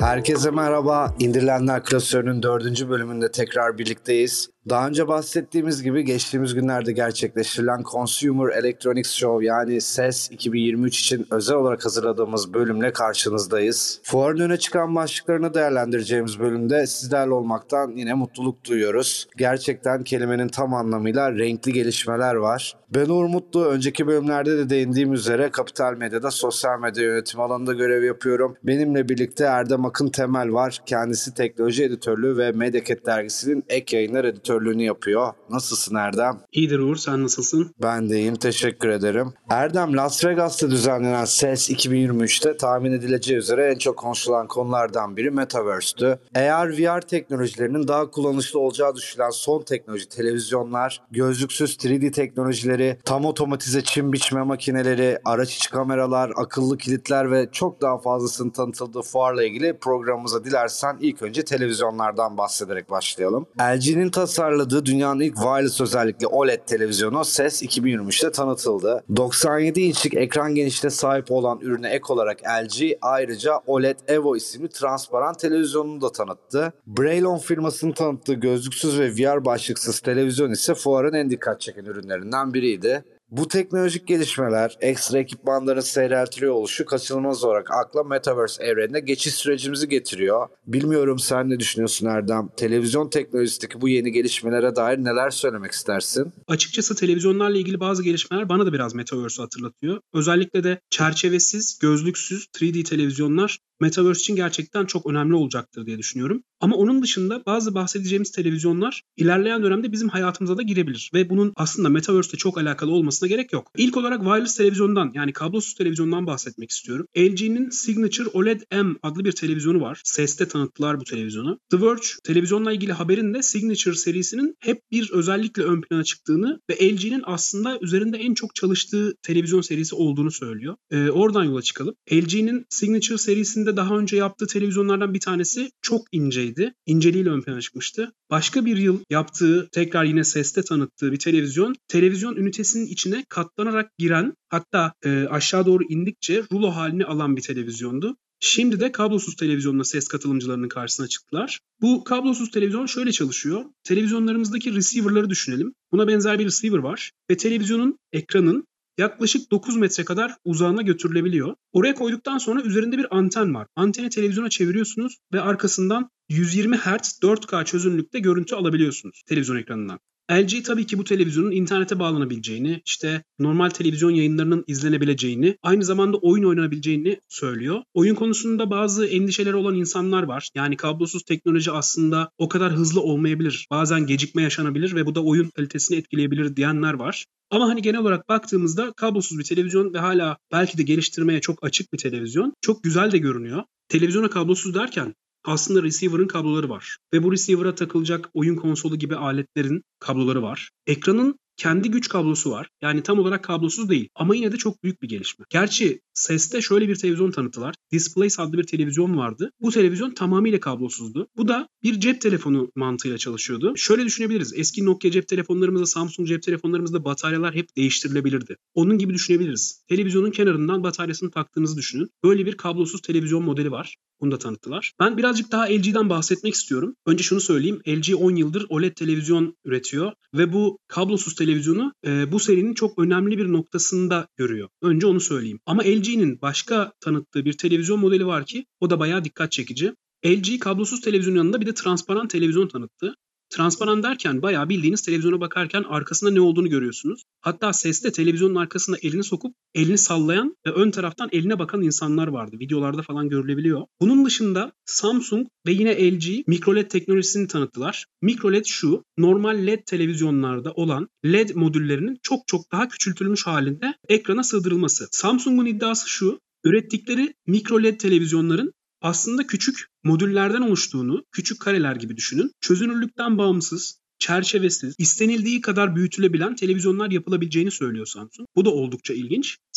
Herkese merhaba. İndirilenler klasörünün 4. bölümünde tekrar birlikteyiz. Daha önce bahsettiğimiz gibi geçtiğimiz günlerde gerçekleştirilen Consumer Electronics Show yani CES 2023 için özel olarak hazırladığımız bölümle karşınızdayız. Fuarın öne çıkan başlıklarını değerlendireceğimiz bölümde sizlerle olmaktan yine mutluluk duyuyoruz. Gerçekten kelimenin tam anlamıyla renkli gelişmeler var. Ben Uğur Mutlu, önceki bölümlerde de değindiğim üzere Kapital Medya'da sosyal medya yönetimi alanında görev yapıyorum. Benimle birlikte Erdem Akın Temel var. Kendisi teknoloji editörlüğü ve Medyakit dergisinin ek yayınlar editörlüğünü yapıyor. Nasılsın Erdem? İyidir Uğur, sen nasılsın? Ben de iyiyim, teşekkür ederim. Erdem, Las Vegas'ta düzenlenen CES 2023'te tahmin edileceği üzere en çok konuşulan konulardan biri Metaverse'tü. AR, VR teknolojilerinin daha kullanışlı olacağı düşünülen son teknoloji televizyonlar, gözlüksüz 3D teknolojileri, tam otomatize çim biçme makineleri, araç içi kameralar, akıllı kilitler ve çok daha fazlasının tanıtıldığı fuarla ilgili programımıza dilersen ilk önce televizyonlardan bahsederek başlayalım. LG'nin tasarladığı dünyanın ilk wireless özellikli OLED televizyonu CES 2023'te tanıtıldı. 97 inçlik ekran genişliğine sahip olan ürüne ek olarak LG ayrıca OLED Evo isimli transparan televizyonunu da tanıttı. Braillon firmasının tanıttığı gözlüksüz ve VR başlıksız televizyon ise fuarın en dikkat çeken ürünlerinden biriydi. Bu teknolojik gelişmeler, ekstra ekipmanların seyreltiliyor oluşu kaçınılmaz olarak akla Metaverse evrenine geçiş sürecimizi getiriyor. Bilmiyorum, sen ne düşünüyorsun Erdem? Televizyon teknolojisindeki bu yeni gelişmelere dair neler söylemek istersin? Açıkçası televizyonlarla ilgili bazı gelişmeler bana da biraz Metaverse'ü hatırlatıyor. Özellikle de çerçevesiz, gözlüksüz 3D televizyonlar Metaverse için gerçekten çok önemli olacaktır diye düşünüyorum. Ama onun dışında bazı bahsedeceğimiz televizyonlar ilerleyen dönemde bizim hayatımıza da girebilir. Ve bunun aslında Metaverse'le çok alakalı olmasına gerek yok. İlk olarak wireless televizyondan yani kablosuz televizyondan bahsetmek istiyorum. LG'nin Signature OLED M adlı bir televizyonu var. CES'te tanıttılar bu televizyonu. The Verge televizyonla ilgili haberinde Signature serisinin hep bir özellikle ön plana çıktığını ve LG'nin aslında üzerinde en çok çalıştığı televizyon serisi olduğunu söylüyor. Oradan yola çıkalım. LG'nin Signature serisinde daha önce yaptığı televizyonlardan bir tanesi çok inceydi. İnceliğiyle ön plana çıkmıştı. Başka bir yıl yaptığı, tekrar yine CES'te tanıttığı bir televizyon ünitesinin içine katlanarak giren, hatta aşağı doğru indikçe rulo halini alan bir televizyondu. Şimdi de kablosuz televizyonla CES katılımcılarının karşısına çıktılar. Bu kablosuz televizyon şöyle çalışıyor. Televizyonlarımızdaki receiver'ları düşünelim. Buna benzer bir receiver var ve televizyonun ekranın yaklaşık 9 metre kadar uzağına götürülebiliyor. Oraya koyduktan sonra üzerinde bir anten var. Anteni televizyona çeviriyorsunuz ve arkasından 120 Hz 4K çözünürlükte görüntü alabiliyorsunuz televizyon ekranından. LG tabii ki bu televizyonun internete bağlanabileceğini, işte normal televizyon yayınlarının izlenebileceğini, aynı zamanda oyun oynanabileceğini söylüyor. Oyun konusunda bazı endişeleri olan insanlar var. Yani kablosuz teknoloji aslında o kadar hızlı olmayabilir. Bazen gecikme yaşanabilir ve bu da oyun kalitesini etkileyebilir diyenler var. Ama hani genel olarak baktığımızda kablosuz bir televizyon ve hala belki de geliştirmeye çok açık bir televizyon. Çok güzel de görünüyor. Televizyona kablosuz derken aslında receiver'ın kabloları var. Ve bu receiver'a takılacak oyun konsolu gibi aletlerin kabloları var. Ekranın kendi güç kablosu var. Yani tam olarak kablosuz değil ama yine de çok büyük bir gelişme. Gerçi CES'te şöyle bir televizyon tanıttılar. Displays adlı bir televizyon vardı. Bu televizyon tamamıyla kablosuzdu. Bu da bir cep telefonu mantığıyla çalışıyordu. Şöyle düşünebiliriz. Eski Nokia cep telefonlarımızda, Samsung cep telefonlarımızda bataryalar hep değiştirilebilirdi. Onun gibi düşünebiliriz. Televizyonun kenarından bataryasını taktığınızı düşünün. Böyle bir kablosuz televizyon modeli var. Bunu da tanıttılar. Ben birazcık daha LG'den bahsetmek istiyorum. Önce şunu söyleyeyim. LG 10 yıldır OLED televizyon üretiyor ve bu kablosuz televizyonu bu serinin çok önemli bir noktasında görüyor. Önce onu söyleyeyim. Ama LG'nin başka tanıttığı bir televizyon modeli var ki o da bayağı dikkat çekici. LG kablosuz televizyonun yanında bir de transparan televizyon tanıttı. Transparan derken bayağı bildiğiniz televizyona bakarken arkasında ne olduğunu görüyorsunuz. Hatta CES'te televizyonun arkasına elini sokup elini sallayan ve ön taraftan eline bakan insanlar vardı. Videolarda falan görülebiliyor. Bunun dışında Samsung ve yine LG MicroLED teknolojisini tanıttılar. MicroLED şu, normal LED televizyonlarda olan LED modüllerinin çok çok daha küçültülmüş halinde ekrana sığdırılması. Samsung'un iddiası şu, ürettikleri MicroLED televizyonların aslında küçük modüllerden oluştuğunu, küçük kareler gibi düşünün. Çözünürlükten bağımsız, çerçevesiz, istenildiği kadar büyütülebilen televizyonlar yapılabileceğini söylüyor Samsung. Bu da oldukça ilginç.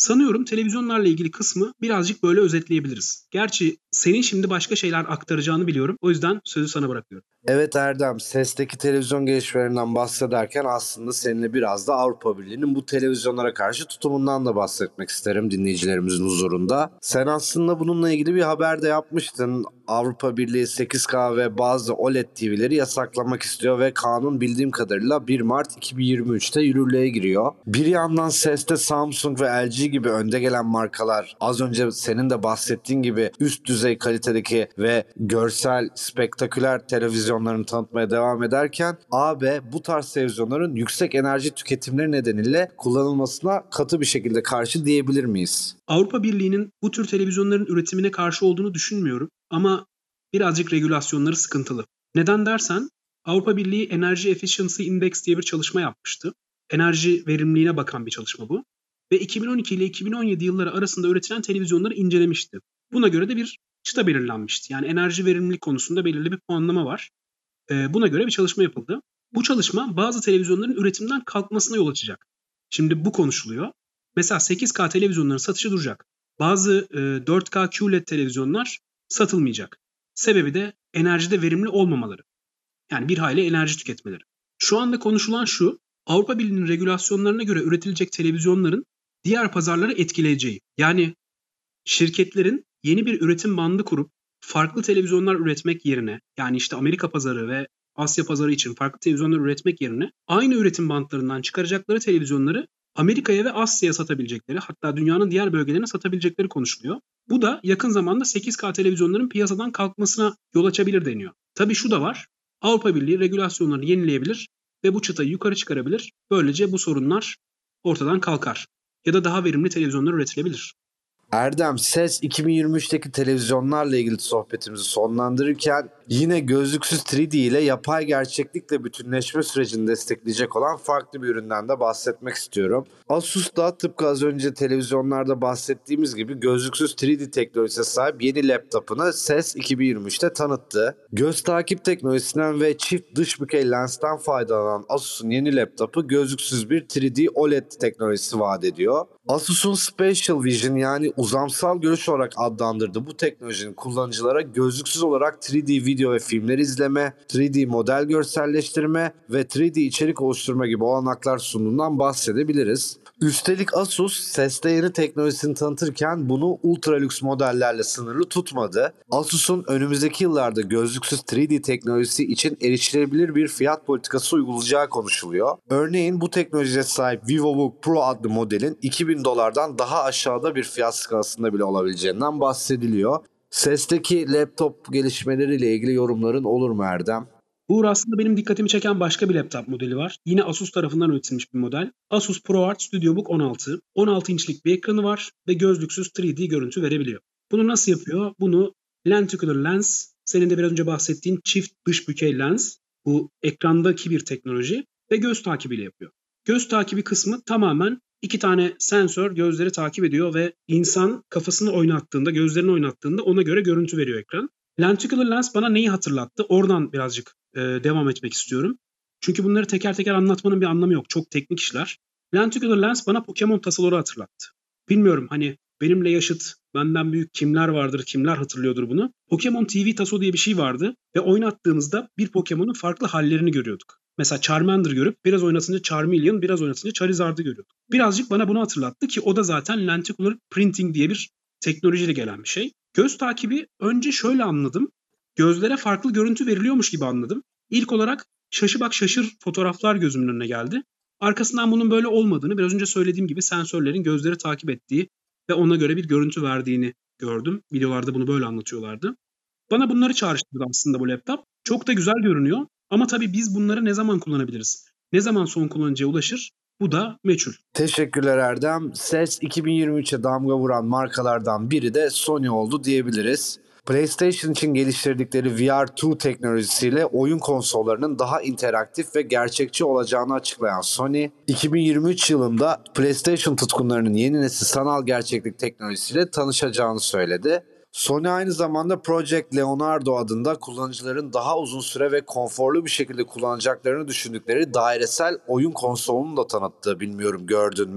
Sanıyorum televizyonlarla ilgili kısmı birazcık böyle özetleyebiliriz. Gerçi senin şimdi başka şeyler aktaracağını biliyorum. O yüzden sözü sana bırakıyorum. Evet Erdem, sesteki televizyon gelişmelerinden bahsederken aslında seninle biraz da Avrupa Birliği'nin bu televizyonlara karşı tutumundan da bahsetmek isterim dinleyicilerimizin huzurunda. Sen aslında bununla ilgili bir haber de yapmıştın. Avrupa Birliği 8K ve bazı OLED TV'leri yasaklamak istiyor ve kanun bildiğim kadarıyla 1 Mart 2023'te yürürlüğe giriyor. Bir yandan seste Samsung ve LG gibi önde gelen markalar az önce senin de bahsettiğin gibi üst düzey kalitedeki ve görsel spektaküler televizyonlarını tanıtmaya devam ederken AB bu tarz televizyonların yüksek enerji tüketimleri nedeniyle kullanılmasına katı bir şekilde karşı diyebilir miyiz? Avrupa Birliği'nin bu tür televizyonların üretimine karşı olduğunu düşünmüyorum ama birazcık regülasyonları sıkıntılı. Neden dersen Avrupa Birliği Energy Efficiency Index diye bir çalışma yapmıştı. Enerji verimliliğine bakan bir çalışma bu. Ve 2012 ile 2017 yılları arasında üretilen televizyonları incelemişti. Buna göre de bir çıta belirlenmişti. Yani enerji verimlilik konusunda belirli bir puanlama var. Buna göre bir çalışma yapıldı. Bu çalışma bazı televizyonların üretimden kalkmasına yol açacak. Şimdi bu konuşuluyor. Mesela 8K televizyonların satışı duracak. Bazı 4K QLED televizyonlar satılmayacak. Sebebi de enerjide verimli olmamaları. Yani bir hayli enerji tüketmeleri. Şu anda konuşulan şu, Avrupa Birliği'nin regülasyonlarına göre üretilecek televizyonların diğer pazarları etkileyeceği. Yani şirketlerin yeni bir üretim bandı kurup farklı televizyonlar üretmek yerine, yani işte Amerika pazarı ve Asya pazarı için farklı televizyonlar üretmek yerine aynı üretim bantlarından çıkaracakları televizyonları Amerika'ya ve Asya'ya satabilecekleri, hatta dünyanın diğer bölgelerine satabilecekleri konuşuluyor. Bu da yakın zamanda 8K televizyonların piyasadan kalkmasına yol açabilir deniyor. Tabii şu da var. Avrupa Birliği regülasyonlarını yenileyebilir ve bu çıtayı yukarı çıkarabilir. Böylece bu sorunlar ortadan kalkar. Ya da daha verimli televizyonlar üretilebilir. Erdem, SES 2023'teki televizyonlarla ilgili sohbetimizi sonlandırırken yine gözlüksüz 3D ile yapay gerçeklikle bütünleşme sürecini destekleyecek olan farklı bir üründen de bahsetmek istiyorum. Asus da tıpkı az önce televizyonlarda bahsettiğimiz gibi gözlüksüz 3D teknolojisine sahip yeni laptopunu SES 2023'te tanıttı. Göz takip teknolojisinden ve çift dış bükey lensten faydalanan Asus'un yeni laptopu gözlüksüz bir 3D OLED teknolojisi vaat ediyor. Asus'un Spatial Vision yani uzamsal görüş olarak adlandırdığı bu teknolojinin kullanıcılara gözlüksüz olarak 3D video ve filmler izleme, 3D model görselleştirme ve 3D içerik oluşturma gibi olanaklar sunduğundan bahsedebiliriz. Üstelik Asus seste yeni teknolojisini tanıtırken bunu ultra lüks modellerle sınırlı tutmadı. Asus'un önümüzdeki yıllarda gözlüksüz 3D teknolojisi için erişilebilir bir fiyat politikası uygulayacağı konuşuluyor. Örneğin bu teknolojiye sahip VivoBook Pro adlı modelin $2000'dan daha aşağıda bir fiyat skalasında bile olabileceğinden bahsediliyor. Sesteki laptop gelişmeleriyle ilgili yorumların olur mu Erdem? Uğur, aslında benim dikkatimi çeken başka bir laptop modeli var. Yine Asus tarafından üretilmiş bir model. Asus ProArt StudioBook 16. 16 inçlik bir ekranı var ve gözlüksüz 3D görüntü verebiliyor. Bunu nasıl yapıyor? Bunu lenticular lens, senin de biraz önce bahsettiğin çift dış bükey lens, bu ekrandaki bir teknoloji ve göz takibiyle yapıyor. Göz takibi kısmı tamamen iki tane sensör gözleri takip ediyor ve insan kafasını oynattığında, gözlerini oynattığında ona göre görüntü veriyor ekran. Lenticular lens bana neyi hatırlattı? Oradan birazcık devam etmek istiyorum. Çünkü bunları teker teker anlatmanın bir anlamı yok. Çok teknik işler. Lenticular lens bana Pokemon tasoları hatırlattı. Bilmiyorum, hani benimle yaşıt, benden büyük kimler vardır, kimler hatırlıyordur bunu. Pokemon TV taso diye bir şey vardı ve oynattığımızda bir Pokemon'un farklı hallerini görüyorduk. Mesela Charmander görüp biraz oynatınca Charmeleon, biraz oynatınca Charizard'ı görüyorduk. Birazcık bana bunu hatırlattı ki o da zaten lenticular printing diye bir teknolojiyle gelen bir şey. Göz takibi önce şöyle anladım. Gözlere farklı görüntü veriliyormuş gibi anladım. İlk olarak şaşı bak şaşır fotoğraflar gözümün önüne geldi. Arkasından bunun böyle olmadığını, biraz önce söylediğim gibi sensörlerin gözleri takip ettiği ve ona göre bir görüntü verdiğini gördüm. Videolarda bunu böyle anlatıyorlardı. Bana bunları çağrıştırdı aslında bu laptop. Çok da güzel görünüyor ama tabii biz bunları ne zaman kullanabiliriz? Ne zaman son kullanıcıya ulaşır? Bu da meçhul. Teşekkürler Erdem. SES 2023'e damga vuran markalardan biri de Sony oldu diyebiliriz. PlayStation için geliştirdikleri VR2 teknolojisiyle oyun konsollarının daha interaktif ve gerçekçi olacağını açıklayan Sony, 2023 yılında PlayStation tutkunlarının yeni nesil sanal gerçeklik teknolojisiyle tanışacağını söyledi. Sony aynı zamanda Project Leonardo adında kullanıcıların daha uzun süre ve konforlu bir şekilde kullanacaklarını düşündükleri dairesel oyun konsolunu da tanıttı, bilmiyorum gördün mü?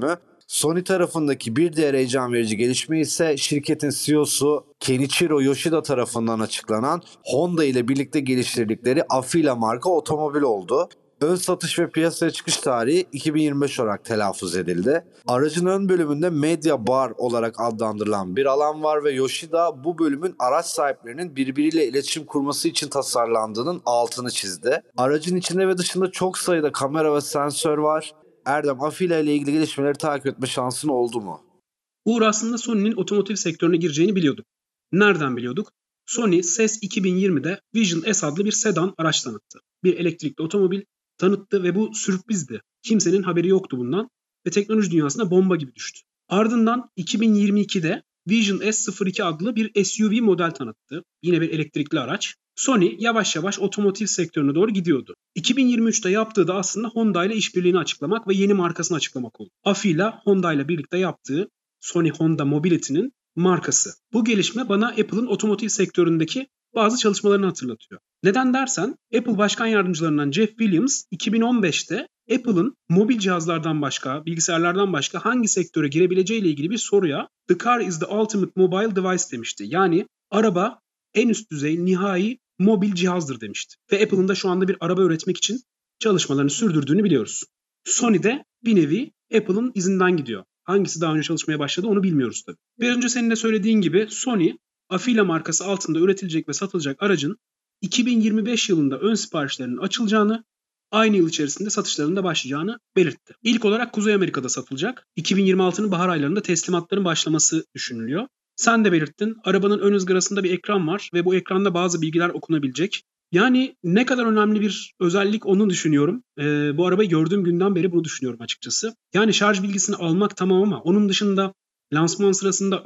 Sony tarafındaki bir diğer heyecan verici gelişme ise şirketin CEO'su Kenichiro Yoshida tarafından açıklanan Honda ile birlikte geliştirdikleri Afeela marka otomobil oldu. Ön satış ve piyasaya çıkış tarihi 2025 olarak telaffuz edildi. Aracın ön bölümünde Media Bar olarak adlandırılan bir alan var ve Yoshida bu bölümün araç sahiplerinin birbiriyle iletişim kurması için tasarlandığının altını çizdi. Aracın içinde ve dışında çok sayıda kamera ve sensör var. Erdem, Afeela ile ilgili gelişmeleri takip etme şansın oldu mu? Uğur, aslında Sony'nin otomotiv sektörüne gireceğini biliyorduk. Nereden biliyorduk? Sony CES 2020'de Vision S adlı bir sedan araç tanıttı. Bir elektrikli otomobil tanıttı ve bu sürprizdi. Kimsenin haberi yoktu bundan ve teknoloji dünyasına bomba gibi düştü. Ardından 2022'de Vision S02 adlı bir SUV model tanıttı. Yine bir elektrikli araç. Sony yavaş yavaş otomotiv sektörüne doğru gidiyordu. 2023'te yaptığı da aslında Honda ile işbirliğini açıklamak ve yeni markasını açıklamak oldu. Afeela, Honda ile birlikte yaptığı Sony Honda Mobility'nin markası. Bu gelişme bana Apple'ın otomotiv sektöründeki bazı çalışmalarını hatırlatıyor. Neden dersen, Apple Başkan Yardımcılarından Jeff Williams 2015'te Apple'ın mobil cihazlardan başka, bilgisayarlardan başka hangi sektöre girebileceği ile ilgili bir soruya "The car is the ultimate mobile device" demişti. Yani araba en üst düzey, nihai mobil cihazdır demişti. Ve Apple'ın da şu anda bir araba üretmek için çalışmalarını sürdürdüğünü biliyoruz. Sony de bir nevi Apple'ın izinden gidiyor. Hangisi daha önce çalışmaya başladı onu bilmiyoruz tabii. Biraz önce senin de söylediğin gibi Sony, Afeela markası altında üretilecek ve satılacak aracın 2025 yılında ön siparişlerinin açılacağını, aynı yıl içerisinde satışlarının da başlayacağını belirtti. İlk olarak Kuzey Amerika'da satılacak. 2026'nın bahar aylarında teslimatların başlaması düşünülüyor. Sen de belirttin, arabanın ön ızgarasında bir ekran var ve bu ekranda bazı bilgiler okunabilecek. Yani ne kadar önemli bir özellik onu düşünüyorum. Bu arabayı gördüğüm günden beri bunu düşünüyorum açıkçası. Yani şarj bilgisini almak tamam ama onun dışında lansman sırasında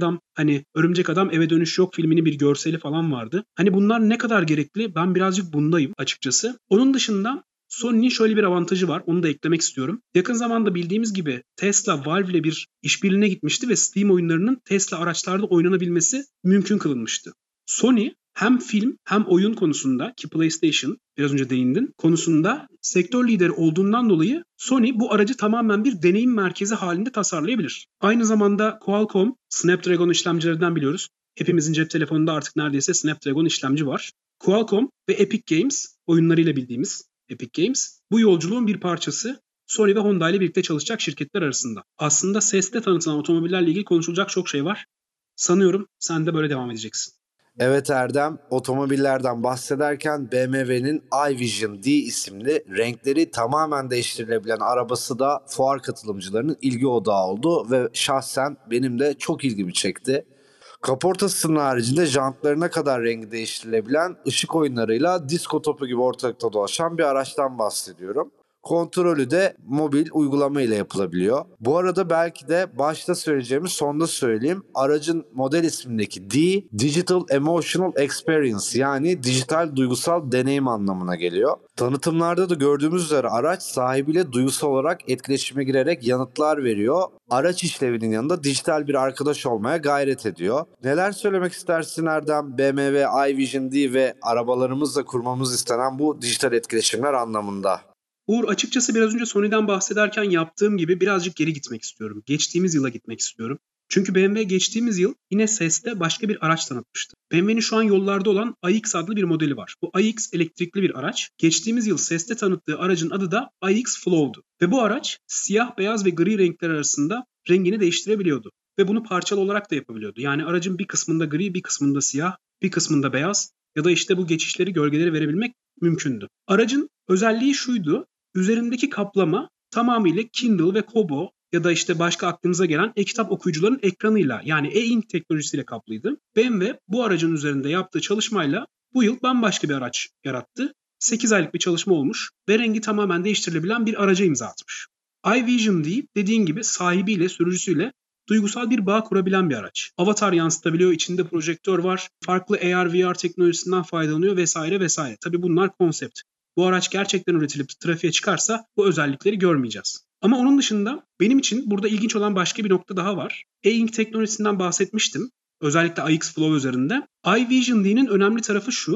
Örümcek Adam Eve Dönüş Yok filminin bir görseli falan vardı. Hani bunlar ne kadar gerekli? Ben birazcık bundayım açıkçası. Onun dışında Sony'nin şöyle bir avantajı var. Onu da eklemek istiyorum. Yakın zamanda bildiğimiz gibi Tesla Valve ile bir işbirliğine gitmişti ve Steam oyunlarının Tesla araçlarda oynanabilmesi mümkün kılınmıştı. Sony hem film hem oyun konusunda, ki PlayStation biraz önce değindin, konusunda sektör lideri olduğundan dolayı Sony bu aracı tamamen bir deneyim merkezi halinde tasarlayabilir. Aynı zamanda Qualcomm Snapdragon işlemcilerinden biliyoruz. Hepimizin cep telefonunda artık neredeyse Snapdragon işlemci var. Qualcomm ve Epic Games, oyunlarıyla bildiğimiz Epic Games, bu yolculuğun bir parçası. Sony ve Honda ile birlikte çalışacak şirketler arasında. Aslında CES'te tanıtılan otomobillerle ilgili konuşulacak çok şey var. Sanıyorum sen de böyle devam edeceksin. Evet Erdem, otomobillerden bahsederken BMW'nin iVision D isimli renkleri tamamen değiştirilebilen arabası da fuar katılımcılarının ilgi odağı oldu ve şahsen benim de çok ilgimi çekti. Kaportasının haricinde jantlarına kadar rengi değiştirilebilen ışık oyunlarıyla disko topu gibi ortalıkta dolaşan bir araçtan bahsediyorum. Kontrolü de mobil uygulama ile yapılabiliyor. Bu arada belki de başta söyleyeceğimi sonda söyleyeyim. Aracın model ismindeki D, Digital Emotional Experience, yani dijital duygusal deneyim anlamına geliyor. Tanıtımlarda da gördüğümüz üzere araç sahibiyle duygusal olarak etkileşime girerek yanıtlar veriyor. Araç işlevinin yanında dijital bir arkadaş olmaya gayret ediyor. Neler söylemek istersin Erdem, BMW iVision D ve arabalarımızla kurmamız istenen bu dijital etkileşimler anlamında? Uğur, açıkçası biraz önce Sony'den bahsederken yaptığım gibi birazcık geri gitmek istiyorum. Geçtiğimiz yıla gitmek istiyorum. Çünkü BMW geçtiğimiz yıl yine CES'te başka bir araç tanıtmıştı. BMW'nin şu an yollarda olan iX adlı bir modeli var. Bu iX elektrikli bir araç. Geçtiğimiz yıl CES'te tanıttığı aracın adı da iX Flow'du. Ve bu araç siyah, beyaz ve gri renkler arasında rengini değiştirebiliyordu. Ve bunu parçalı olarak da yapabiliyordu. Yani aracın bir kısmında gri, bir kısmında siyah, bir kısmında beyaz ya da işte bu geçişleri, gölgeleri verebilmek mümkündü. Aracın özelliği şuydu: üzerindeki kaplama tamamıyla Kindle ve Kobo ya da işte başka aklınıza gelen e-kitap okuyucuların ekranıyla, yani e-ink teknolojisiyle kaplıydı. BMW bu aracın üzerinde yaptığı çalışmayla bu yıl bambaşka bir araç yarattı. 8 aylık bir çalışma olmuş ve rengi tamamen değiştirilebilen bir araca imza atmış. iVision D, dediğin gibi sahibiyle, sürücüsüyle duygusal bir bağ kurabilen bir araç. Avatar yansıtabiliyor, içinde projektör var, farklı AR, VR teknolojisinden faydalanıyor vesaire vesaire. Tabii bunlar konsept. Bu araç gerçekten üretilip trafiğe çıkarsa bu özellikleri görmeyeceğiz. Ama onun dışında benim için burada ilginç olan başka bir nokta daha var. E-ink teknolojisinden bahsetmiştim. Özellikle iX Flow üzerinde. iVision D'nin önemli tarafı şu: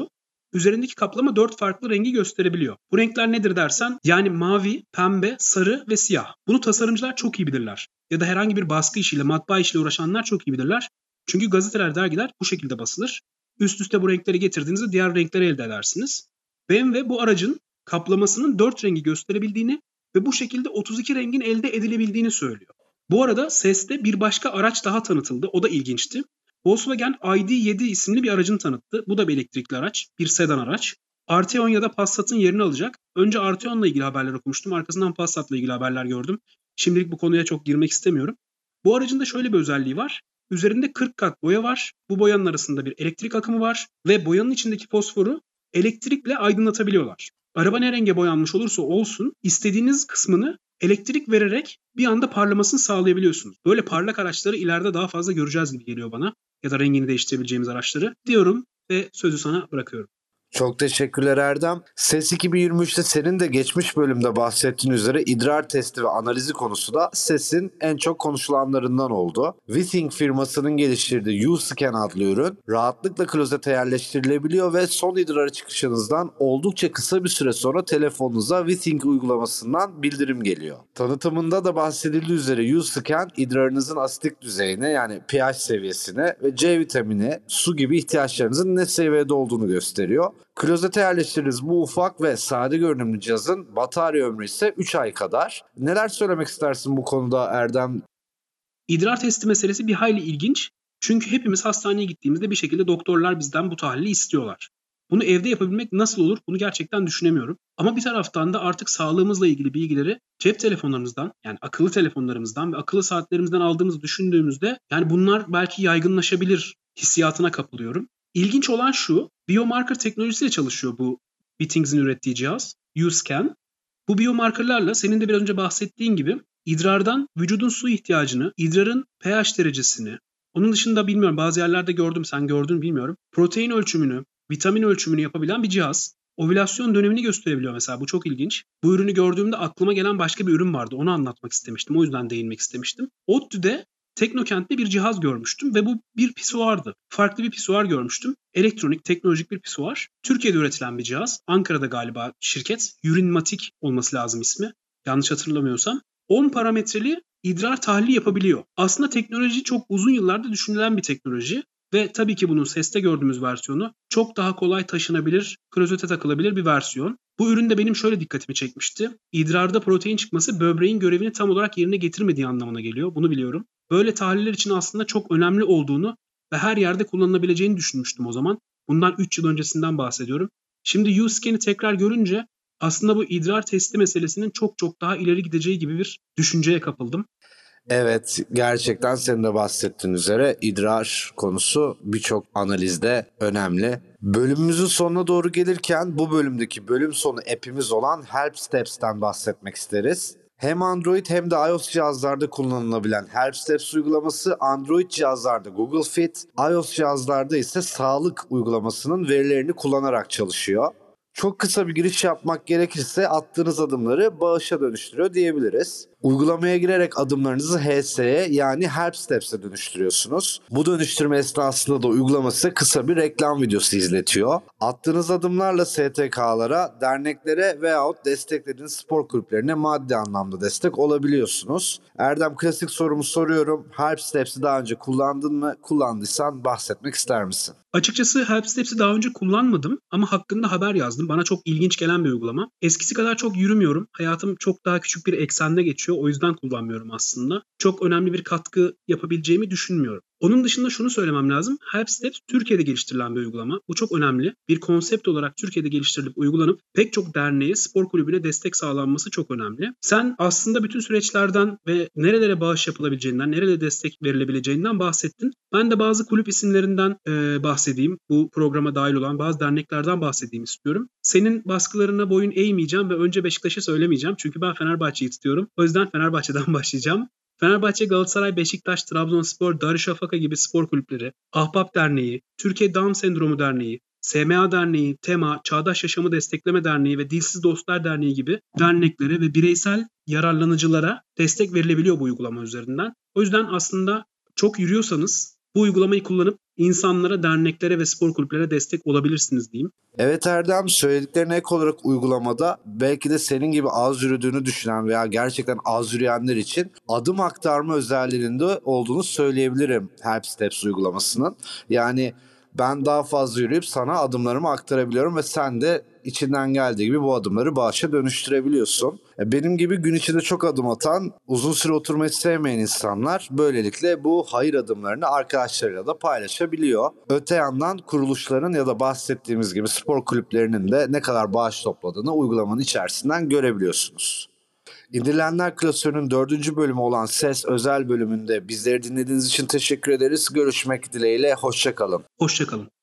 üzerindeki kaplama 4 farklı rengi gösterebiliyor. Bu renkler nedir dersen, yani mavi, pembe, sarı ve siyah. Bunu tasarımcılar çok iyi bilirler. Ya da herhangi bir baskı işiyle, matbaa işiyle uğraşanlar çok iyi bilirler. Çünkü gazeteler, dergiler bu şekilde basılır. Üst üste bu renkleri getirdiğinizde diğer renkleri elde edersiniz. BMW bu aracın kaplamasının 4 rengi gösterebildiğini ve bu şekilde 32 rengin elde edilebildiğini söylüyor. Bu arada SES'te bir başka araç daha tanıtıldı. O da ilginçti. Volkswagen ID.7 isimli bir aracını tanıttı. Bu da bir elektrikli araç, bir sedan araç. Arteon ya da Passat'ın yerini alacak. Önce Arteon'la ilgili haberler okumuştum. Arkasından Passat'la ilgili haberler gördüm. Şimdilik bu konuya çok girmek istemiyorum. Bu aracın da şöyle bir özelliği var. Üzerinde 40 kat boya var. Bu boyanın arasında bir elektrik akımı var ve boyanın içindeki fosforu elektrikle aydınlatabiliyorlar. Araba ne renge boyanmış olursa olsun istediğiniz kısmını elektrik vererek bir anda parlamasını sağlayabiliyorsunuz. Böyle parlak araçları ileride daha fazla göreceğiz gibi geliyor bana. Ya da rengini değiştirebileceğimiz araçları diyorum ve sözü sana bırakıyorum. Çok teşekkürler Erdem. SES 2023'te senin de geçmiş bölümde bahsettiğin üzere idrar testi ve analizi konusu da SES'in en çok konuşulanlarından oldu. Withings firmasının geliştirdiği U-Scan adlı ürün rahatlıkla klozete yerleştirilebiliyor ve son idrar çıkışınızdan oldukça kısa bir süre sonra telefonunuza Withings uygulamasından bildirim geliyor. Tanıtımında da bahsedildiği üzere U-Scan idrarınızın asidik düzeyine, yani pH seviyesine ve C vitamini, su gibi ihtiyaçlarınızın ne seviyede olduğunu gösteriyor. Klozete yerleştirdiğiniz bu ufak ve sade görünümlü cihazın batarya ömrü ise 3 ay kadar. Neler söylemek istersin bu konuda Erdem? İdrar testi meselesi bir hayli ilginç. Çünkü hepimiz hastaneye gittiğimizde bir şekilde doktorlar bizden bu tahlili istiyorlar. Bunu evde yapabilmek nasıl olur? Bunu gerçekten düşünemiyorum. Ama bir taraftan da artık sağlığımızla ilgili bilgileri cep telefonlarımızdan, yani akıllı telefonlarımızdan ve akıllı saatlerimizden aldığımızı düşündüğümüzde, yani bunlar belki yaygınlaşabilir hissiyatına kapılıyorum. İlginç olan şu, biomarker teknolojisiyle çalışıyor bu Withings'in ürettiği cihaz, U-Scan. Bu biomarkerlarla senin de biraz önce bahsettiğin gibi idrardan vücudun su ihtiyacını, idrarın pH derecesini, onun dışında bilmiyorum, bazı yerlerde gördüm, sen gördün bilmiyorum, protein ölçümünü, vitamin ölçümünü yapabilen bir cihaz. Ovülasyon dönemini gösterebiliyor mesela, bu çok ilginç. Bu ürünü gördüğümde aklıma gelen başka bir ürün vardı, onu anlatmak istemiştim, o yüzden değinmek istemiştim. ODTÜ'de Teknokent'te bir cihaz görmüştüm ve bu bir pisuardı. Farklı bir pisuar görmüştüm. Elektronik, teknolojik bir pisuar. Türkiye'de üretilen bir cihaz. Ankara'da galiba şirket. Urinmatik olması lazım ismi. Yanlış hatırlamıyorsam. 10 parametreli idrar tahlili yapabiliyor. Aslında teknoloji çok uzun yıllardır düşünülen bir teknoloji. Ve tabii ki bunun SES'te gördüğümüz versiyonu çok daha kolay taşınabilir, klozete takılabilir bir versiyon. Bu ürün de benim şöyle dikkatimi çekmişti. İdrarda protein çıkması böbreğin görevini tam olarak yerine getirmediği anlamına geliyor. Bunu biliyorum. Böyle tahliller için aslında çok önemli olduğunu ve her yerde kullanılabileceğini düşünmüştüm o zaman. Bundan 3 yıl öncesinden bahsediyorum. Şimdi U-Scan'i tekrar görünce aslında bu idrar testi meselesinin çok çok daha ileri gideceği gibi bir düşünceye kapıldım. Evet, gerçekten senin de bahsettiğin üzere idrar konusu birçok analizde önemli. Bölümümüzün sonuna doğru gelirken bu bölümdeki bölüm sonu app'imiz olan Help Steps'ten bahsetmek isteriz. Hem Android hem de iOS cihazlarda kullanılabilen Help Steps uygulaması Android cihazlarda Google Fit, iOS cihazlarda ise sağlık uygulamasının verilerini kullanarak çalışıyor. Çok kısa bir giriş yapmak gerekirse attığınız adımları bağışa dönüştürüyor diyebiliriz. Uygulamaya girerek adımlarınızı HS'ye, yani Help Steps'e dönüştürüyorsunuz. Bu dönüştürme esnasında da uygulaması kısa bir reklam videosu izletiyor. Attığınız adımlarla STK'lara, derneklere veyahut desteklediğiniz spor kulüplerine maddi anlamda destek olabiliyorsunuz. Erdem, klasik sorumu soruyorum. Help Steps'i daha önce kullandın mı? Kullandıysan bahsetmek ister misin? Açıkçası Help Steps'i daha önce kullanmadım ama hakkında haber yazdım. Bana çok ilginç gelen bir uygulama. Eskisi kadar çok yürümüyorum. Hayatım çok daha küçük bir eksende geçiyor. O yüzden kullanmıyorum aslında. Çok önemli bir katkı yapabileceğimi düşünmüyorum. Onun dışında şunu söylemem lazım. Help Steps Türkiye'de geliştirilen bir uygulama. Bu çok önemli. Bir konsept olarak Türkiye'de geliştirilip uygulanıp pek çok derneğe, spor kulübüne destek sağlanması çok önemli. Sen aslında bütün süreçlerden ve nerelere bağış yapılabileceğinden, nerelere destek verilebileceğinden bahsettin. Ben de bazı kulüp isimlerinden bahsedeyim. Bu programa dahil olan bazı derneklerden bahsedeyim istiyorum. Senin baskılarına boyun eğmeyeceğim ve önce Beşiktaş'ı söylemeyeceğim. Çünkü ben Fenerbahçe'yi tutuyorum. O yüzden Fenerbahçe'den başlayacağım. Fenerbahçe, Galatasaray, Beşiktaş, Trabzonspor, Darüşşafaka gibi spor kulüpleri, Ahbap Derneği, Türkiye Down Sendromu Derneği, SMA Derneği, TEMA, Çağdaş Yaşamı Destekleme Derneği ve Dilsiz Dostlar Derneği gibi derneklere ve bireysel yararlanıcılara destek verilebiliyor bu uygulama üzerinden. O yüzden aslında çok yürüyorsanız Bu uygulamayı kullanıp insanlara, derneklere ve spor kulüplere destek olabilirsiniz diyeyim. Evet Erdem, söylediklerine ek olarak uygulamada belki de senin gibi az yürüdüğünü düşünen veya gerçekten az yürüyenler için adım aktarma özelliğinde olduğunu söyleyebilirim Help Steps uygulamasının. Yani ben daha fazla yürüyüp sana adımlarımı aktarabiliyorum ve sen de içinden geldiği gibi bu adımları bağışa dönüştürebiliyorsun. Benim gibi gün içinde çok adım atan, uzun süre oturmayı sevmeyen insanlar böylelikle bu hayır adımlarını arkadaşlarıyla da paylaşabiliyor. Öte yandan kuruluşların ya da bahsettiğimiz gibi spor kulüplerinin de ne kadar bağış topladığını uygulamanın içerisinden görebiliyorsunuz. İndirilenler klasörünün 4. bölümü olan SES özel bölümünde bizleri dinlediğiniz için teşekkür ederiz. Görüşmek dileğiyle, hoşça kalın. Hoşça kalın.